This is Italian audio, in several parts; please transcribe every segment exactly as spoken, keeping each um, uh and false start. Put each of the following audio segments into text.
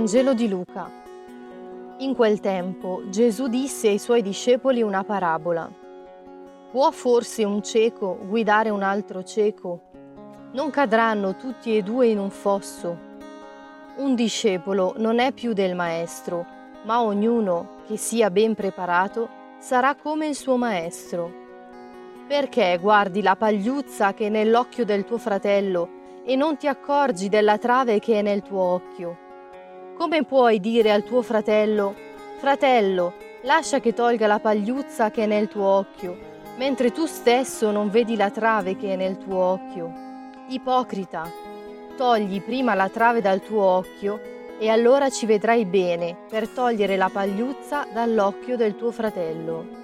Vangelo di Luca. In quel tempo Gesù disse ai suoi discepoli una parabola. Può forse un cieco guidare un altro cieco? Non cadranno tutti e due in un fosso? Un discepolo non è più del maestro, ma ognuno che sia ben preparato sarà come il suo maestro. Perché guardi la pagliuzza che è nell'occhio del tuo fratello e non ti accorgi della trave che è nel tuo occhio? Come puoi dire al tuo fratello: fratello, lascia che tolga la pagliuzza che è nel tuo occhio, mentre tu stesso non vedi la trave che è nel tuo occhio? Ipocrita, togli prima la trave dal tuo occhio e allora ci vedrai bene per togliere la pagliuzza dall'occhio del tuo fratello.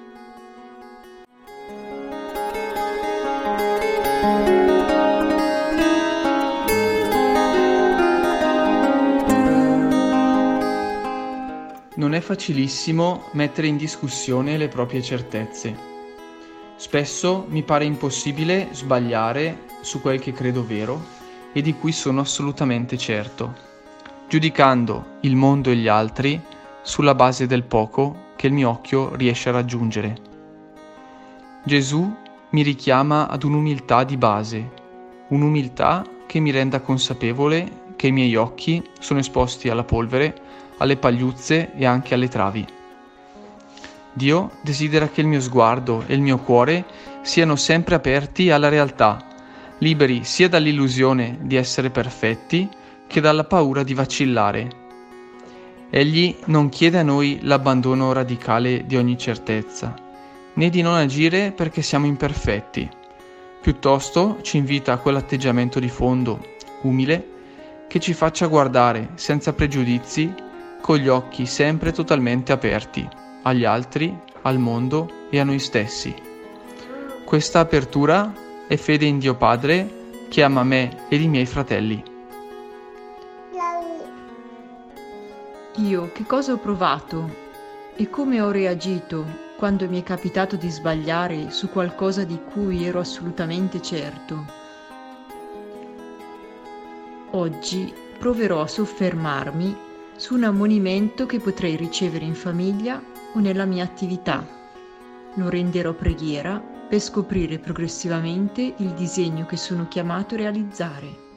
Non è facilissimo mettere in discussione le proprie certezze. Spesso mi pare impossibile sbagliare su quel che credo vero e di cui sono assolutamente certo, giudicando il mondo e gli altri sulla base del poco che il mio occhio riesce a raggiungere. Gesù mi richiama ad un'umiltà di base, un'umiltà che mi renda consapevole che i miei occhi sono esposti alla polvere, alle pagliuzze e anche alle travi. Dio desidera che il mio sguardo e il mio cuore siano sempre aperti alla realtà, liberi sia dall'illusione di essere perfetti che dalla paura di vacillare. Egli non chiede a noi l'abbandono radicale di ogni certezza, né di non agire perché siamo imperfetti. Piuttosto ci invita a quell'atteggiamento di fondo, umile, che ci faccia guardare senza pregiudizi, con gli occhi sempre totalmente aperti, agli altri, al mondo e a noi stessi. Questa apertura è fede in Dio Padre che ama me ed i miei fratelli. Io che cosa ho provato e come ho reagito quando mi è capitato di sbagliare su qualcosa di cui ero assolutamente certo? Oggi proverò a soffermarmi su un ammonimento che potrei ricevere in famiglia o nella mia attività. Lo renderò preghiera per scoprire progressivamente il disegno che sono chiamato a realizzare.